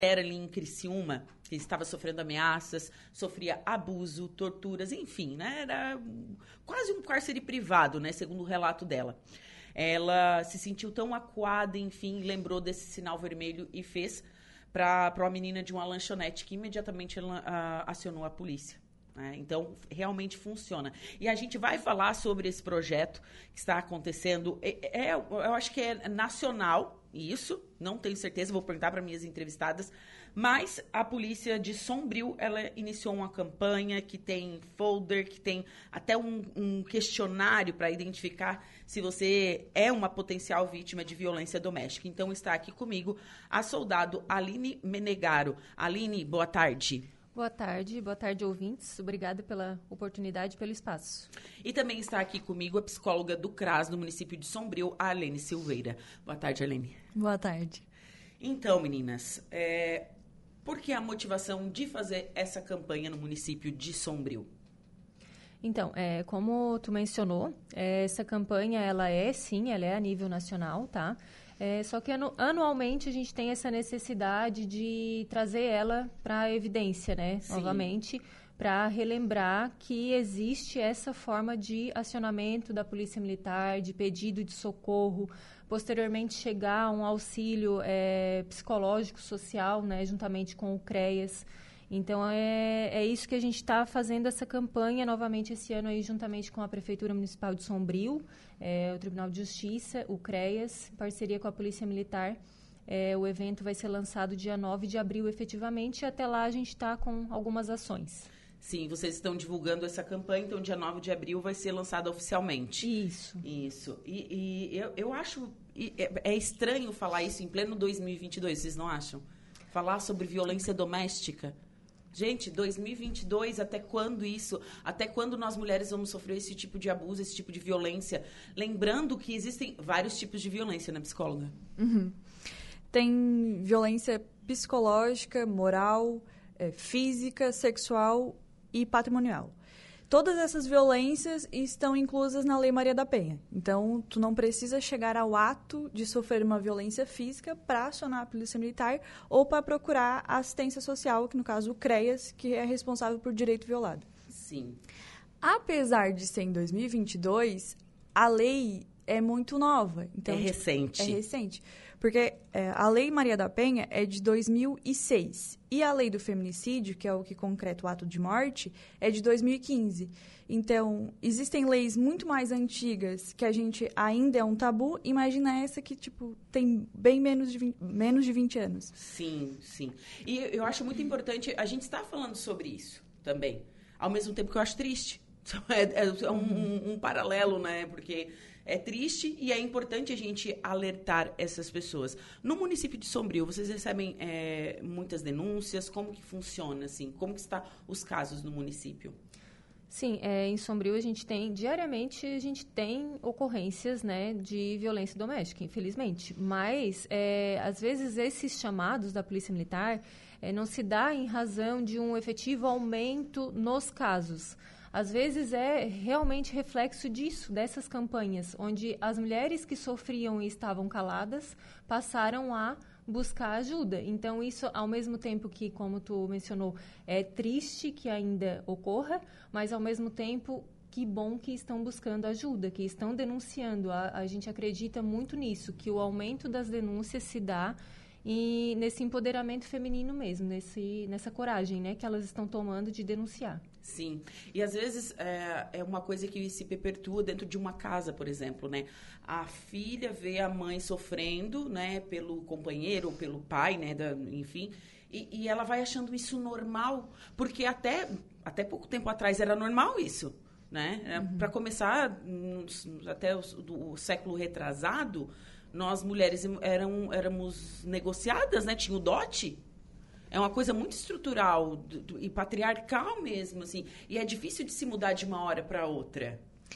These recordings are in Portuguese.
era ali em Criciúma, que estava sofrendo ameaças, sofria abuso, torturas, enfim, né? Era quase um cárcere privado, né? Segundo o relato dela. Ela se sentiu tão acuada, enfim, lembrou desse sinal vermelho e fez para uma menina de uma lanchonete, que imediatamente ela acionou a polícia. Então, realmente funciona. E a gente vai falar sobre esse projeto que está acontecendo. Eu acho que é nacional, isso, não tenho certeza, vou perguntar para minhas entrevistadas. Mas a polícia de Sombrio, ela iniciou uma campanha que tem folder, que tem até um questionário para identificar se você é uma potencial vítima de violência doméstica. Então, está aqui comigo a soldado Aline Menegaro. Aline, boa tarde. Boa tarde, ouvintes. Obrigada pela oportunidade e pelo espaço. E também está aqui comigo a psicóloga do CRAS, no município de Sombrio, a Arlene Silveira. Boa tarde, Arlene. Boa tarde. Então, meninas, por que a motivação de fazer essa campanha no município de Sombrio? Então, como tu mencionou, essa campanha, ela é a nível nacional, tá? Só que anualmente a gente tem essa necessidade de trazer ela para a evidência, né? Sim. Novamente, para relembrar que existe essa forma de acionamento da Polícia Militar, de pedido de socorro, posteriormente chegar a um auxílio psicológico, social, né? Juntamente com o CREAS. Então, é isso que a gente está fazendo essa campanha novamente esse ano aí, juntamente com a Prefeitura Municipal de Sombrio, o Tribunal de Justiça, o CREAS, em parceria com a Polícia Militar. O evento vai ser lançado dia 9 de abril, efetivamente, e até lá a gente está com algumas ações. Sim, vocês estão divulgando essa campanha, então dia 9 de abril vai ser lançada oficialmente. Isso. E eu acho... É estranho falar isso em pleno 2022, vocês não acham? Falar sobre violência doméstica... Gente, 2022, até quando isso? Até quando nós mulheres vamos sofrer esse tipo de abuso, esse tipo de violência? Lembrando que existem vários tipos de violência, né, psicóloga? Uhum. Tem violência psicológica, moral, física, sexual e patrimonial. Todas essas violências estão inclusas na Lei Maria da Penha. Então, tu não precisa chegar ao ato de sofrer uma violência física para acionar a Polícia Militar ou para procurar a assistência social, que no caso o CREAS, que é responsável por direito violado. Sim. Apesar de ser em 2022, a lei é muito nova. Então, recente. É recente. Porque a Lei Maria da Penha é de 2006. E a Lei do Feminicídio, que é o que concreta o ato de morte, é de 2015. Então, existem leis muito mais antigas que a gente ainda é um tabu. Imagina essa que, tem bem menos de 20 anos. Sim, sim. E eu acho muito importante, a gente está falando sobre isso também. Ao mesmo tempo que eu acho triste. É um paralelo, né? Porque... é triste e é importante a gente alertar essas pessoas. No município de Sombrio, vocês recebem muitas denúncias? Como que funciona, assim? Como que estão os casos no município? Sim, em Sombrio diariamente a gente tem ocorrências, né, de violência doméstica, infelizmente. Mas, às vezes, esses chamados da Polícia Militar não se dá em razão de um efetivo aumento nos casos. Às vezes é realmente reflexo disso, dessas campanhas, onde as mulheres que sofriam e estavam caladas passaram a buscar ajuda. Então, isso, ao mesmo tempo que, como tu mencionou, é triste que ainda ocorra, mas, ao mesmo tempo, que bom que estão buscando ajuda, que estão denunciando. A gente acredita muito nisso, que o aumento das denúncias se dá e nesse empoderamento feminino mesmo, nessa coragem, né, que elas estão tomando de denunciar. Sim, e às vezes é uma coisa que se perpetua dentro de uma casa, por exemplo, né? A filha vê a mãe sofrendo, né, pelo companheiro ou pelo pai, né, enfim, e ela vai achando isso normal, porque até pouco tempo atrás era normal isso, né? Uhum. Para começar, até o século retrasado, nós mulheres éramos negociadas, né? Tinha o dote. É uma coisa muito estrutural e patriarcal mesmo, assim. E é difícil de se mudar de uma hora para outra.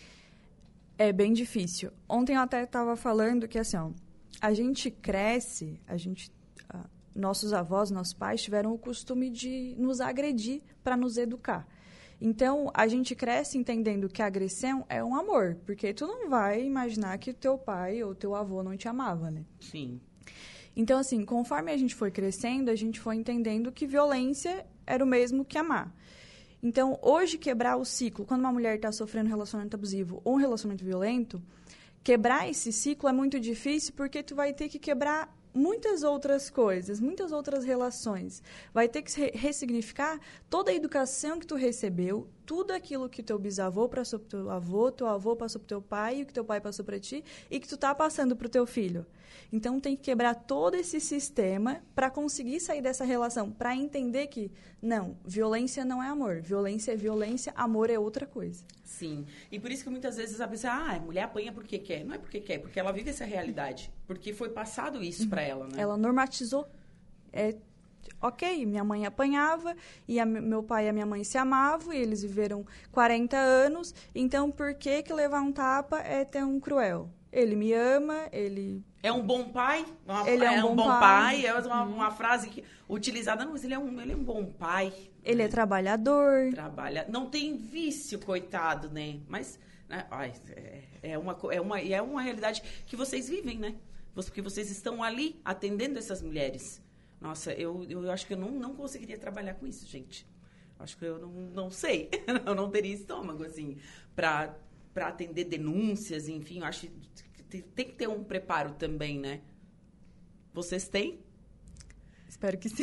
É bem difícil. Ontem eu até estava falando que, assim, a gente cresce, nossos avós, nossos pais tiveram o costume de nos agredir para nos educar. Então, a gente cresce entendendo que a agressão é um amor, porque tu não vai imaginar que teu pai ou teu avô não te amava, né? Sim. Então, assim, conforme a gente foi crescendo, a gente foi entendendo que violência era o mesmo que amar. Então, hoje, quebrar o ciclo, quando uma mulher está sofrendo um relacionamento abusivo ou um relacionamento violento, quebrar esse ciclo é muito difícil porque tu vai ter que quebrar muitas outras coisas, muitas outras relações. Vai ter que ressignificar toda a educação que tu recebeu, tudo aquilo que teu bisavô passou pro teu avô passou pro teu pai, e o que teu pai passou para ti, e que tu tá passando pro teu filho. Então, tem que quebrar todo esse sistema para conseguir sair dessa relação, para entender que, não, violência não é amor. Violência é violência, amor é outra coisa. Sim. E por isso que muitas vezes a pessoa, a mulher apanha porque quer. Não é porque quer, porque ela vive essa realidade. Porque foi passado isso para ela, né? Ela normatizou. Ok, minha mãe apanhava, e meu pai e a minha mãe se amavam, e eles viveram 40 anos, então por que levar um tapa é tão cruel? Ele me ama, ele... É um bom pai? Ele é um bom pai. É uma frase utilizada, não, mas ele é um bom pai. Ele é trabalhador. Não tem vício, coitado, né? Mas né, é uma realidade que vocês vivem, né? Porque vocês estão ali atendendo essas mulheres. Nossa, eu acho que eu não conseguiria trabalhar com isso, gente. Acho que eu não sei. Eu não teria estômago, assim, para atender denúncias, enfim. Eu acho que tem que ter um preparo também, né? Vocês têm? Espero que sim.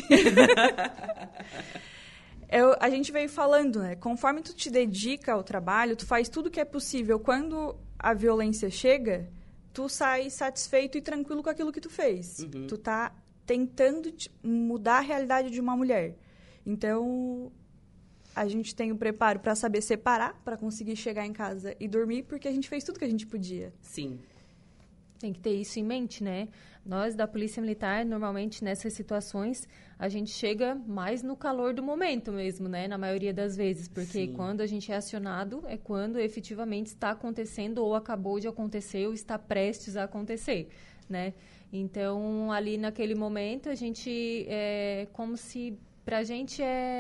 A gente veio falando, né? Conforme tu te dedica ao trabalho, tu faz tudo que é possível. Quando a violência chega, tu sai satisfeito e tranquilo com aquilo que tu fez. Uhum. Tu tá tentando mudar a realidade de uma mulher. Então, a gente tem o preparo para saber separar, para conseguir chegar em casa e dormir, porque a gente fez tudo que a gente podia. Sim. Tem que ter isso em mente, né? Nós, da Polícia Militar, normalmente, nessas situações, a gente chega mais no calor do momento mesmo, né? Na maioria das vezes. Porque Sim. Quando a gente é acionado, é quando efetivamente está acontecendo ou acabou de acontecer ou está prestes a acontecer, né? Então, ali naquele momento, a gente... como se... Pra gente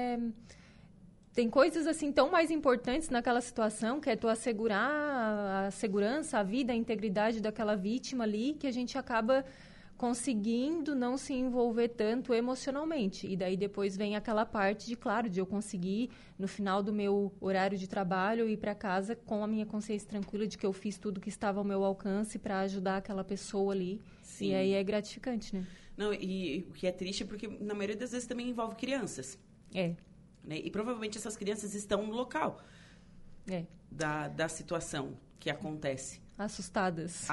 tem coisas assim tão mais importantes naquela situação, que é tu assegurar a segurança, a vida, a integridade daquela vítima ali, que a gente acaba conseguindo não se envolver tanto emocionalmente. E daí depois vem aquela parte de eu conseguir, no final do meu horário de trabalho, ir para casa com a minha consciência tranquila de que eu fiz tudo que estava ao meu alcance para ajudar aquela pessoa ali. Sim. E aí é gratificante, né? Não, e o que é triste é porque, na maioria das vezes, também envolve crianças. Né? E provavelmente essas crianças estão no local da situação que acontece. Assustadas.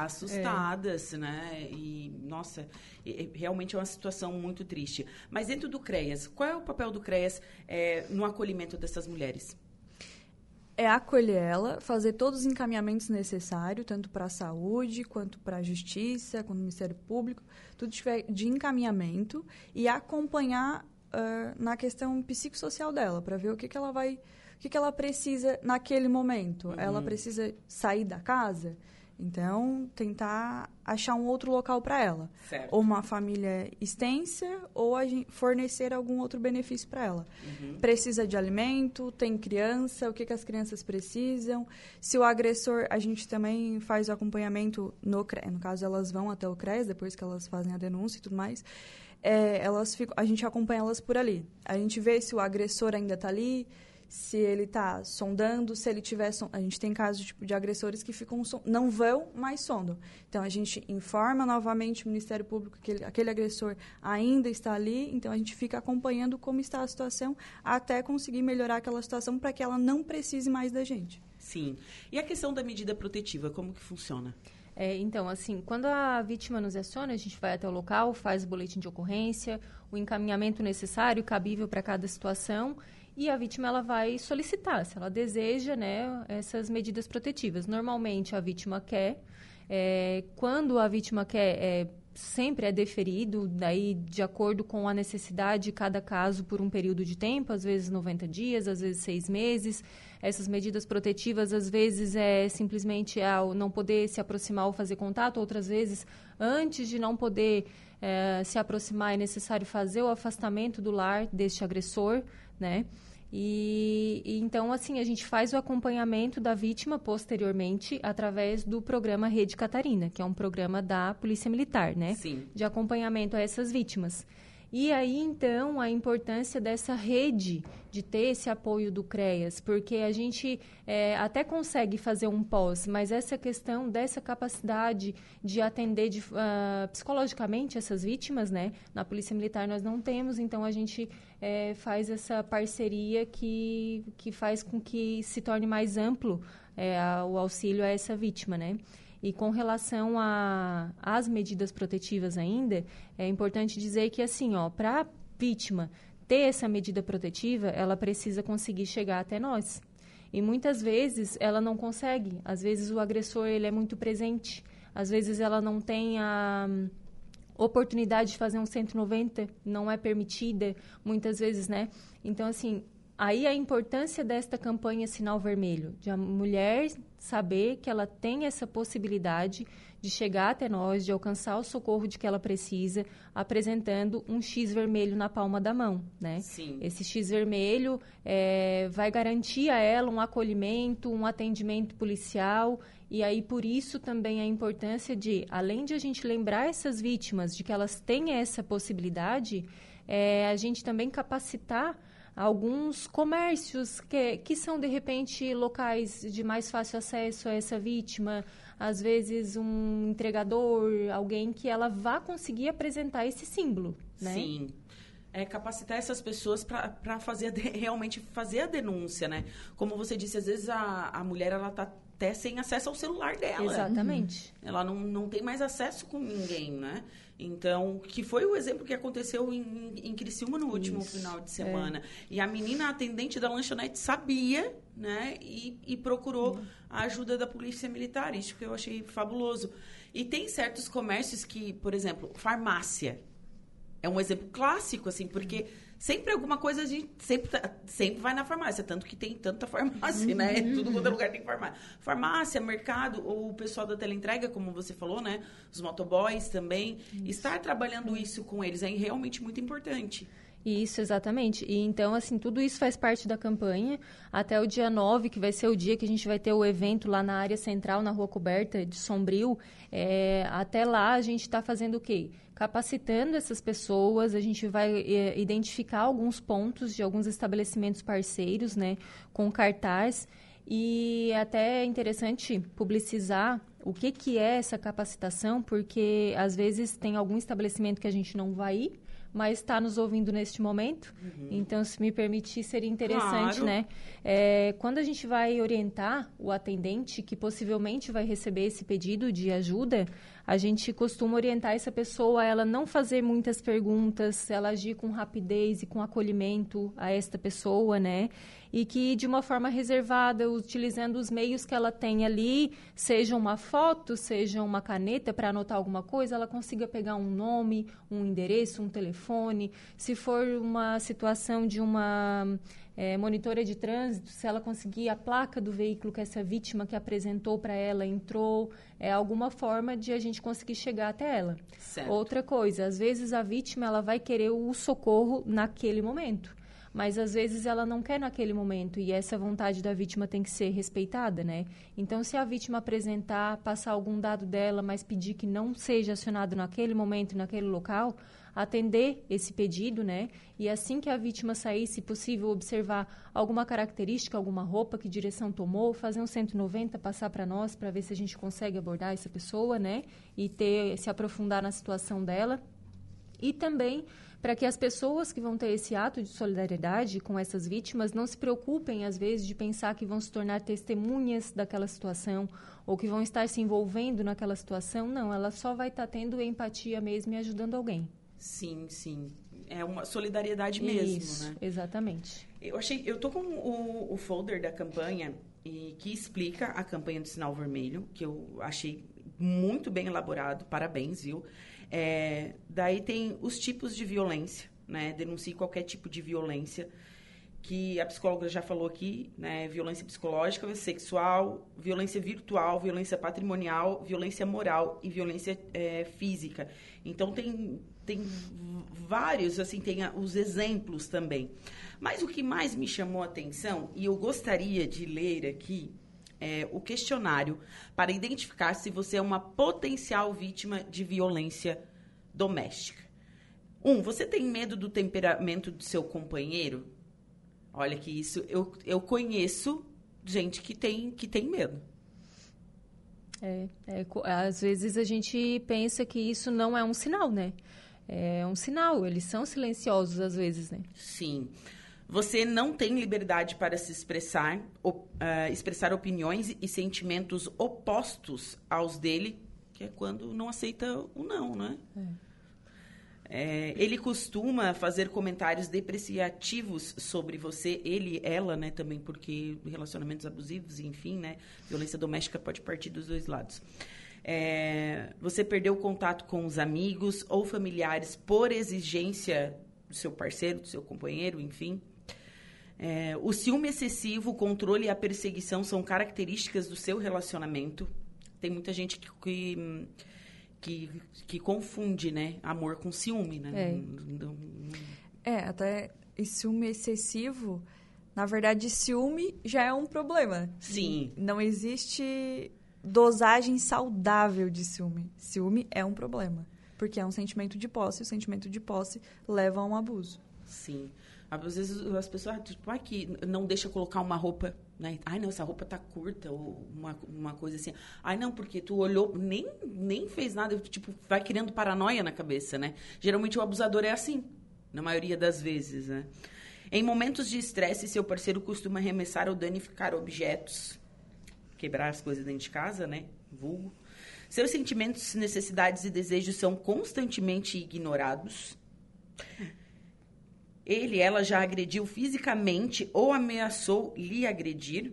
Né? E, nossa, realmente é uma situação muito triste. Mas dentro do CREAS, qual é o papel do CREAS no acolhimento dessas mulheres? É acolher ela, fazer todos os encaminhamentos necessários, tanto para a saúde, quanto para a justiça, quanto o Ministério Público, tudo tiver de encaminhamento, e acompanhar na questão psicossocial dela, para ver o que ela precisa naquele momento. Uhum. Ela precisa sair da casa, então tentar achar um outro local para ela. Certo. Ou uma família extensa, ou fornecer algum outro benefício para ela. Uhum. Precisa de alimento, tem criança, o que as crianças precisam. Se o agressor, a gente também faz o acompanhamento no caso elas vão até o CREAS, depois que elas fazem a denúncia e tudo mais, a gente acompanha elas por ali. A gente vê se o agressor ainda está ali, se ele está sondando, se ele tiver... A gente tem casos de agressores que não vão, mas sondam. Então, a gente informa novamente o Ministério Público que aquele agressor ainda está ali, então a gente fica acompanhando como está a situação até conseguir melhorar aquela situação para que ela não precise mais da gente. Sim. E a questão da medida protetiva, como que funciona? Então, assim, quando a vítima nos aciona, a gente vai até o local, faz o boletim de ocorrência, o encaminhamento necessário, cabível para cada situação, e a vítima ela vai solicitar, se ela deseja, né, essas medidas protetivas. Normalmente, a vítima quer. Quando a vítima quer, sempre é deferido, daí de acordo com a necessidade de cada caso por um período de tempo, às vezes 90 dias, às vezes 6 meses. Essas medidas protetivas, às vezes, simplesmente ao não poder se aproximar ou fazer contato, outras vezes, antes de não poder se aproximar, é necessário fazer o afastamento do lar deste agressor, né? E então, assim, a gente faz o acompanhamento da vítima posteriormente através do programa Rede Catarina, que é um programa da Polícia Militar, né? Sim. De acompanhamento a essas vítimas. E aí, então, a importância dessa rede, de ter esse apoio do CREAS, porque a gente até consegue fazer um pós, mas essa questão dessa capacidade de atender psicologicamente essas vítimas, né? Na Polícia Militar nós não temos, então a gente faz essa parceria que faz com que se torne mais amplo o auxílio a essa vítima, né? E com relação às medidas protetivas ainda, é importante dizer que, assim, para a vítima ter essa medida protetiva, ela precisa conseguir chegar até nós. E muitas vezes ela não consegue. Às vezes o agressor ele é muito presente. Às vezes ela não tem a oportunidade de fazer um 190, não é permitida, muitas vezes, né? Então, assim, aí a importância desta campanha Sinal Vermelho, de a mulher saber que ela tem essa possibilidade de chegar até nós, de alcançar o socorro de que ela precisa, apresentando um X vermelho na palma da mão, né? Sim. Esse X vermelho vai garantir a ela um acolhimento, um atendimento policial, e aí por isso também a importância de, além de a gente lembrar essas vítimas de que elas têm essa possibilidade, a gente também capacitar alguns comércios que são, de repente, locais de mais fácil acesso a essa vítima, às vezes um entregador, alguém que ela vá conseguir apresentar esse símbolo, né? Sim. Capacitar essas pessoas para realmente fazer a denúncia, né? Como você disse, às vezes a mulher ela tá até sem acesso ao celular dela. Exatamente. Ela não tem mais acesso com ninguém, né? Então, que foi o exemplo que aconteceu em Criciúma no último final de semana. E a menina atendente da lanchonete sabia, né? E procurou a ajuda da Polícia Militar. Isso que eu achei fabuloso. E tem certos comércios que, por exemplo, farmácia. É um exemplo clássico, assim, porque sempre alguma coisa a gente sempre vai na farmácia, tanto que tem tanta farmácia, né? Tudo quanto é lugar tem farmácia. Farmácia, mercado, ou o pessoal da teleentrega, como você falou, né? Os motoboys também. Estar trabalhando isso com eles é realmente muito importante. Isso, exatamente. E então, assim, tudo isso faz parte da campanha. Até o dia 9, que vai ser o dia que a gente vai ter o evento lá na área central, na Rua Coberta de Sombrio. Até lá, a gente está fazendo o quê? Capacitando essas pessoas, a gente vai identificar alguns pontos de alguns estabelecimentos parceiros, né, com cartaz. E até é interessante publicizar o que é essa capacitação, porque às vezes tem algum estabelecimento que a gente não vai ir, mas está nos ouvindo neste momento. Então, se me permitir, seria interessante, claro, né? Quando a gente vai orientar o atendente, que possivelmente vai receber esse pedido de ajuda, a gente costuma orientar essa pessoa a ela não fazer muitas perguntas, ela agir com rapidez e com acolhimento a esta pessoa, né? E que, de uma forma reservada, utilizando os meios que ela tem ali, seja uma foto, seja uma caneta para anotar alguma coisa, ela consiga pegar um nome, um endereço, um telefone. Se for uma situação de uma monitora de trânsito, se ela conseguir a placa do veículo que essa vítima que apresentou para ela entrou, alguma forma de a gente conseguir chegar até ela. Certo. Outra coisa, às vezes a vítima ela vai querer o socorro naquele momento. Mas, às vezes, ela não quer naquele momento e essa vontade da vítima tem que ser respeitada, né? Então, se a vítima apresentar, passar algum dado dela, mas pedir que não seja acionado naquele momento, naquele local, atender esse pedido, né? E assim que a vítima sair, se possível, observar alguma característica, alguma roupa, que direção tomou, fazer um 190, passar para nós, para ver se a gente consegue abordar essa pessoa, né? E se aprofundar na situação dela. E também para que as pessoas que vão ter esse ato de solidariedade com essas vítimas não se preocupem, às vezes, de pensar que vão se tornar testemunhas daquela situação ou que vão estar se envolvendo naquela situação. Não, ela só vai estar tendo empatia mesmo e ajudando alguém. Sim, sim. É uma solidariedade mesmo, Isso, né? Exatamente. Eu tô com o folder da campanha que explica a campanha do Sinal Vermelho, que eu achei muito bem elaborado. Parabéns, viu? Daí tem os tipos de violência, né? Denuncie qualquer tipo de violência. que a psicóloga já falou aqui, né? Violência psicológica, sexual, violência virtual, violência patrimonial, violência moral e violência física. Então, tem vários, assim, tem os exemplos também. Mas o que mais me chamou a atenção, e eu gostaria de ler aqui, é o questionário para identificar se você é uma potencial vítima de violência doméstica. 1, você tem medo do temperamento do seu companheiro? Olha que isso, eu conheço gente que tem medo. Às vezes a gente pensa que isso não é um sinal, né? É um sinal, eles são silenciosos às vezes, né? Sim. Você não tem liberdade para se expressar, expressar opiniões e sentimentos opostos aos dele, que é quando não aceita o não, né? Ele costuma fazer comentários depreciativos sobre você, ele, ela, né, também, porque relacionamentos abusivos, enfim, né, violência doméstica pode partir dos dois lados. Você perdeu o contato com os amigos ou familiares por exigência do seu parceiro, do seu companheiro, enfim. O ciúme excessivo, o controle e a perseguição são características do seu relacionamento. Tem muita gente que confunde, né, amor com ciúme, né? Até ciúme excessivo, na verdade, ciúme já é um problema. Sim. Não existe dosagem saudável de ciúme. Ciúme é um problema, porque é um sentimento de posse, e o sentimento de posse leva a um abuso. Sim. Às vezes as pessoas, tipo, que não deixa colocar uma roupa, né? Ai, não, essa roupa tá curta, ou uma coisa assim. Ai, não, porque tu olhou, nem fez nada, tipo, vai criando paranoia na cabeça, né? Geralmente o abusador é assim, na maioria das vezes, né? Em momentos de estresse, seu parceiro costuma arremessar ou danificar objetos, quebrar as coisas dentro de casa, né? Vulgo. Seus sentimentos, necessidades e desejos são constantemente ignorados. Ela já agrediu fisicamente ou ameaçou lhe agredir.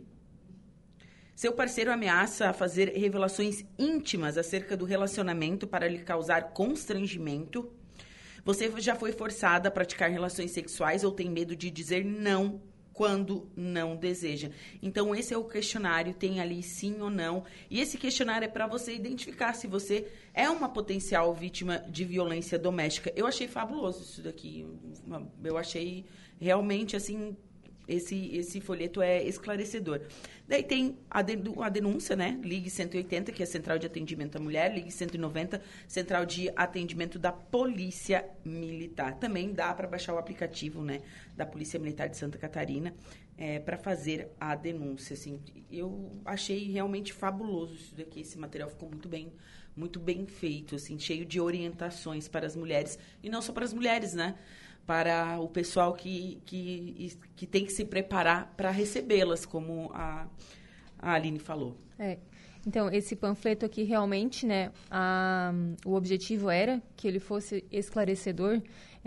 Seu parceiro ameaça fazer revelações íntimas acerca do relacionamento para lhe causar constrangimento. Você já foi forçada a praticar relações sexuais ou tem medo de dizer não quando não deseja. Então, esse é o questionário, tem ali sim ou não. E esse questionário é para você identificar se você é uma potencial vítima de violência doméstica. Eu achei fabuloso isso daqui. Eu achei realmente, assim, esse folheto é esclarecedor. Daí tem a denúncia, né? Ligue 180, que é a Central de Atendimento à Mulher. Ligue 190, Central de Atendimento da Polícia Militar. Também dá para baixar o aplicativo, né, da Polícia Militar de Santa Catarina para fazer a denúncia. Assim. Eu achei realmente fabuloso isso daqui. Esse material ficou muito bem feito, assim, cheio de orientações para as mulheres. E não só para as mulheres, né? Para o pessoal que tem que se preparar para recebê-las, como a Aline falou. Então, esse panfleto aqui, realmente, né, o objetivo era que ele fosse esclarecedor.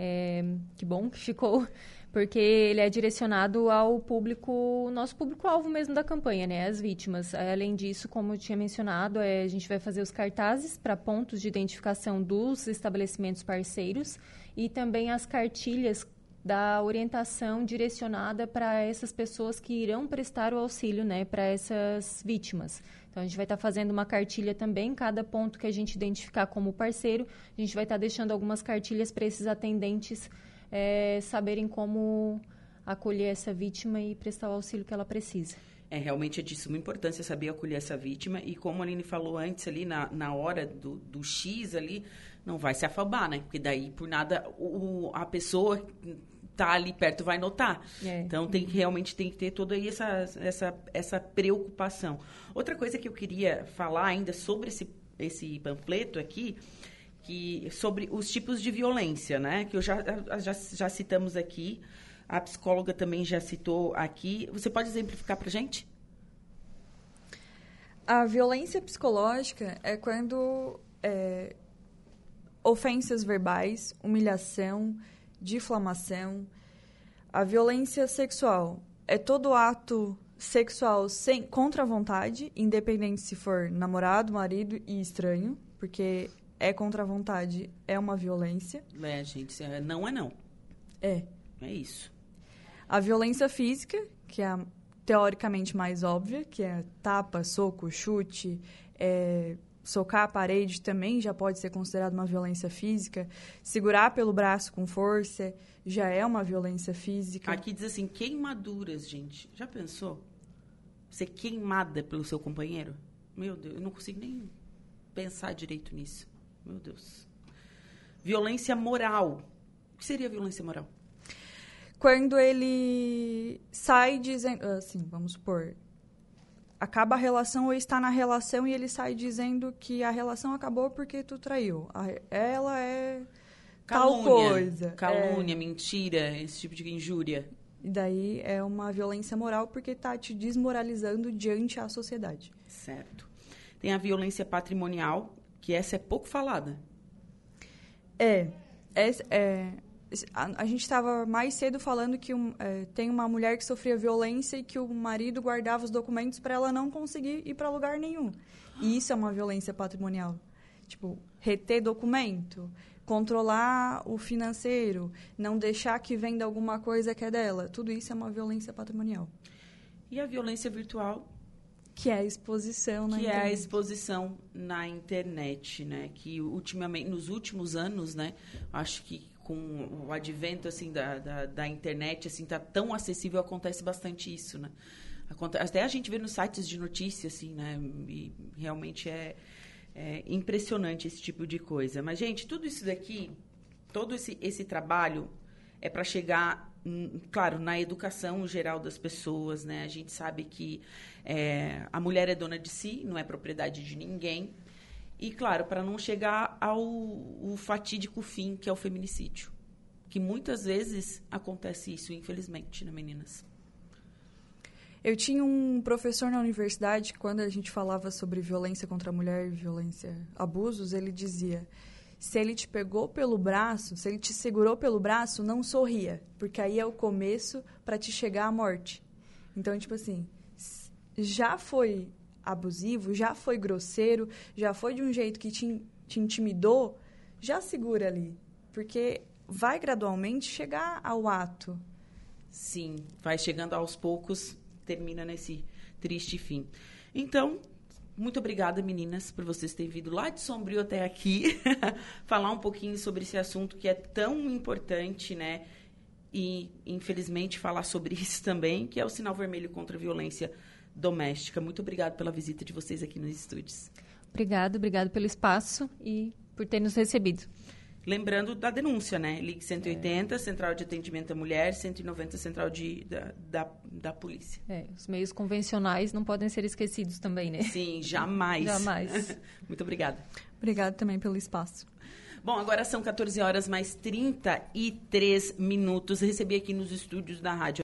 Que bom que ficou, porque ele é direcionado ao público, nosso público-alvo mesmo da campanha, né, as vítimas. Além disso, como eu tinha mencionado, a gente vai fazer os cartazes para pontos de identificação dos estabelecimentos parceiros e também as cartilhas da orientação direcionada para essas pessoas que irão prestar o auxílio, né, para essas vítimas. Então, a gente vai estar fazendo uma cartilha também, cada ponto que a gente identificar como parceiro, a gente vai estar deixando algumas cartilhas para esses atendentes saberem como acolher essa vítima e prestar o auxílio que ela precisa. Realmente é de suma importância saber acolher essa vítima e, como a Aline falou antes ali, na hora do X ali, não vai se afobar, né? Porque daí, por nada, a pessoa tá ali perto vai notar. Então, realmente tem que ter toda aí essa preocupação. Outra coisa que eu queria falar ainda sobre esse panfleto aqui, sobre os tipos de violência, né? Que já citamos aqui. A psicóloga também já citou aqui. Você pode exemplificar para a gente? A violência psicológica é quando ofensas verbais, humilhação, difamação. A violência sexual é todo ato sexual contra a vontade, independente se for namorado, marido e estranho, porque contra a vontade, é uma violência. Gente, não é não. É isso. A violência física, que é a teoricamente mais óbvia, que é tapa, soco, chute, socar a parede também já pode ser considerado uma violência física. Segurar pelo braço com força já é uma violência física. Aqui diz assim, queimaduras, gente. Já pensou? Ser queimada pelo seu companheiro? Meu Deus, eu não consigo nem pensar direito nisso. Meu Deus. Violência moral. O que seria violência moral? Quando ele sai dizendo... Assim, vamos supor... Acaba a relação ou está na relação e ele sai dizendo que a relação acabou porque tu traiu. Ela é Calúnia, tal coisa. Calúnia, mentira, esse tipo de injúria. E daí é uma violência moral porque está te desmoralizando diante da sociedade. Certo. Tem a violência patrimonial, que essa é pouco falada. A gente estava mais cedo falando que tem uma mulher que sofria violência e que o marido guardava os documentos para ela não conseguir ir para lugar nenhum. E isso é uma violência patrimonial. Tipo, reter documento, controlar o financeiro, não deixar que venda alguma coisa que é dela. Tudo isso é uma violência patrimonial. E a violência virtual? Que é a exposição na internet. Que é a exposição na internet, né? Que ultimamente, nos últimos anos, né? Acho que com o advento assim da internet assim tá tão acessível, acontece bastante isso, né? Até a gente vê nos sites de notícias assim, né? E realmente é impressionante esse tipo de coisa. Mas gente, tudo isso daqui, todo esse trabalho é para chegar, claro, na educação geral das pessoas, né? A gente sabe que a mulher é dona de si, não é propriedade de ninguém. E, claro, para não chegar ao fatídico fim, que é o feminicídio. Que muitas vezes acontece isso, infelizmente, né, meninas? Eu tinha um professor na universidade, quando a gente falava sobre violência contra a mulher e violência, abusos, ele dizia, se ele te pegou pelo braço, se ele te segurou pelo braço, não sorria, porque aí é o começo para te chegar à morte. Então, tipo assim, já foi abusivo, já foi grosseiro, já foi de um jeito que te intimidou, já segura ali. Porque vai gradualmente chegar ao ato. Sim, vai chegando aos poucos, termina nesse triste fim. Então, muito obrigada, meninas, por vocês terem vindo lá de Sombrio até aqui falar um pouquinho sobre esse assunto que é tão importante, né? E, infelizmente, falar sobre isso também, que é o sinal vermelho contra a violência doméstica. Muito obrigada pela visita de vocês aqui nos estúdios. Obrigado pelo espaço e por ter nos recebido. Lembrando da denúncia, né? Ligue 180, Central de Atendimento à Mulher, 190, Central da Polícia. Os meios convencionais não podem ser esquecidos também, né? Sim, jamais. Jamais. Muito obrigada. Obrigada também pelo espaço. Bom, agora são 14 horas mais 33 minutos. Recebi aqui nos estúdios da rádio